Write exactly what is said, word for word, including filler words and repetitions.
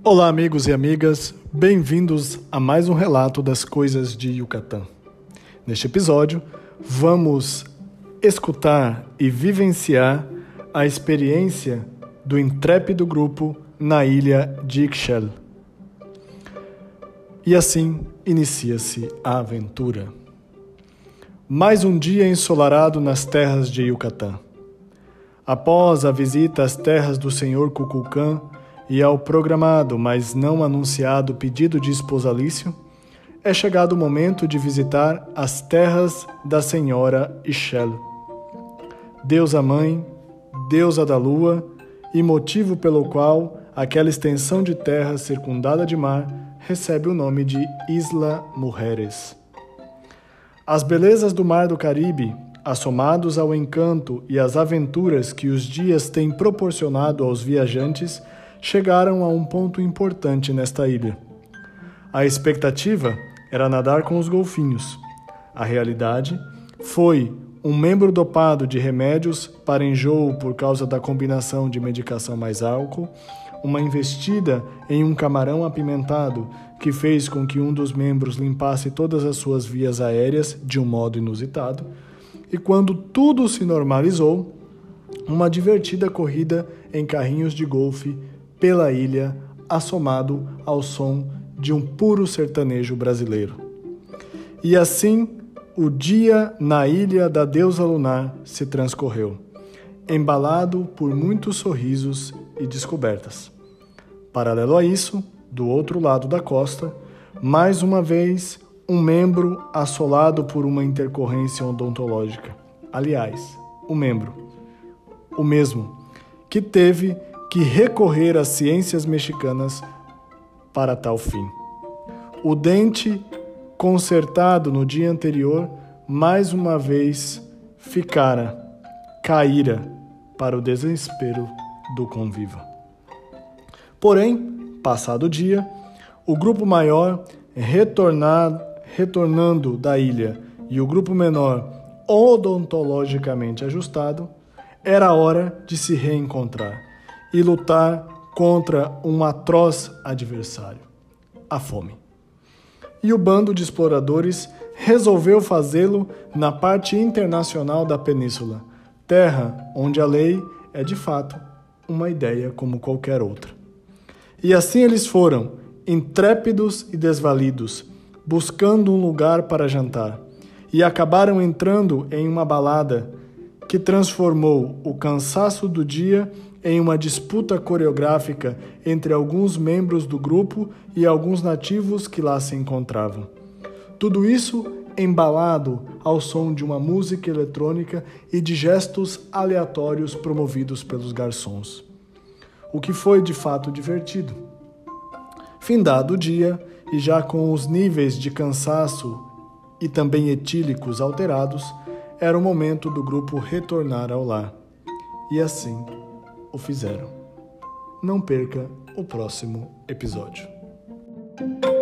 Olá, amigos e amigas, bem-vindos a mais um relato das coisas de Yucatán. Neste episódio, vamos escutar e vivenciar a experiência do intrépido grupo na ilha de Ixchel. E assim inicia-se a aventura. Mais um dia ensolarado nas terras de Yucatán. Após a visita às terras do senhor Kukulcán e ao programado, mas não anunciado pedido de esposalício, é chegado o momento de visitar as terras da senhora Ixchel, deusa mãe, deusa da lua e motivo pelo qual aquela extensão de terra circundada de mar recebe o nome de Isla Mujeres. As belezas do mar do Caribe, assomados ao encanto e às aventuras que os dias têm proporcionado aos viajantes, chegaram a um ponto importante nesta ilha. A expectativa era nadar com os golfinhos. A realidade foi um membro dopado de remédios para enjoo por causa da combinação de medicação mais álcool, uma investida em um camarão apimentado que fez com que um dos membros limpasse todas as suas vias aéreas de um modo inusitado, e quando tudo se normalizou, uma divertida corrida em carrinhos de golfe pela ilha, assomado ao som de um puro sertanejo brasileiro. E assim, o dia na ilha da deusa lunar se transcorreu, embalado por muitos sorrisos e descobertas. Paralelo a isso, do outro lado da costa, mais uma vez, um membro assolado por uma intercorrência odontológica. Aliás, o membro, o mesmo, que teve que recorrer às ciências mexicanas para tal fim. O dente consertado no dia anterior, mais uma vez, ficara, caíra, para o desespero do convívio. Porém, passado o dia, o grupo maior retornar, retornando da ilha e o grupo menor odontologicamente ajustado, era hora de se reencontrar e lutar contra um atroz adversário, a fome. E o bando de exploradores resolveu fazê-lo na parte internacional da península, terra onde a lei é, de fato, uma ideia como qualquer outra. E assim eles foram, intrépidos e desvalidos, buscando um lugar para jantar, e acabaram entrando em uma balada que transformou o cansaço do dia em uma disputa coreográfica entre alguns membros do grupo e alguns nativos que lá se encontravam. Tudo isso embalado ao som de uma música eletrônica e de gestos aleatórios promovidos pelos garçons. O que foi de fato divertido. Findado o dia, e já com os níveis de cansaço e também etílicos alterados, era o momento do grupo retornar ao lar. E assim o fizeram. Não perca o próximo episódio.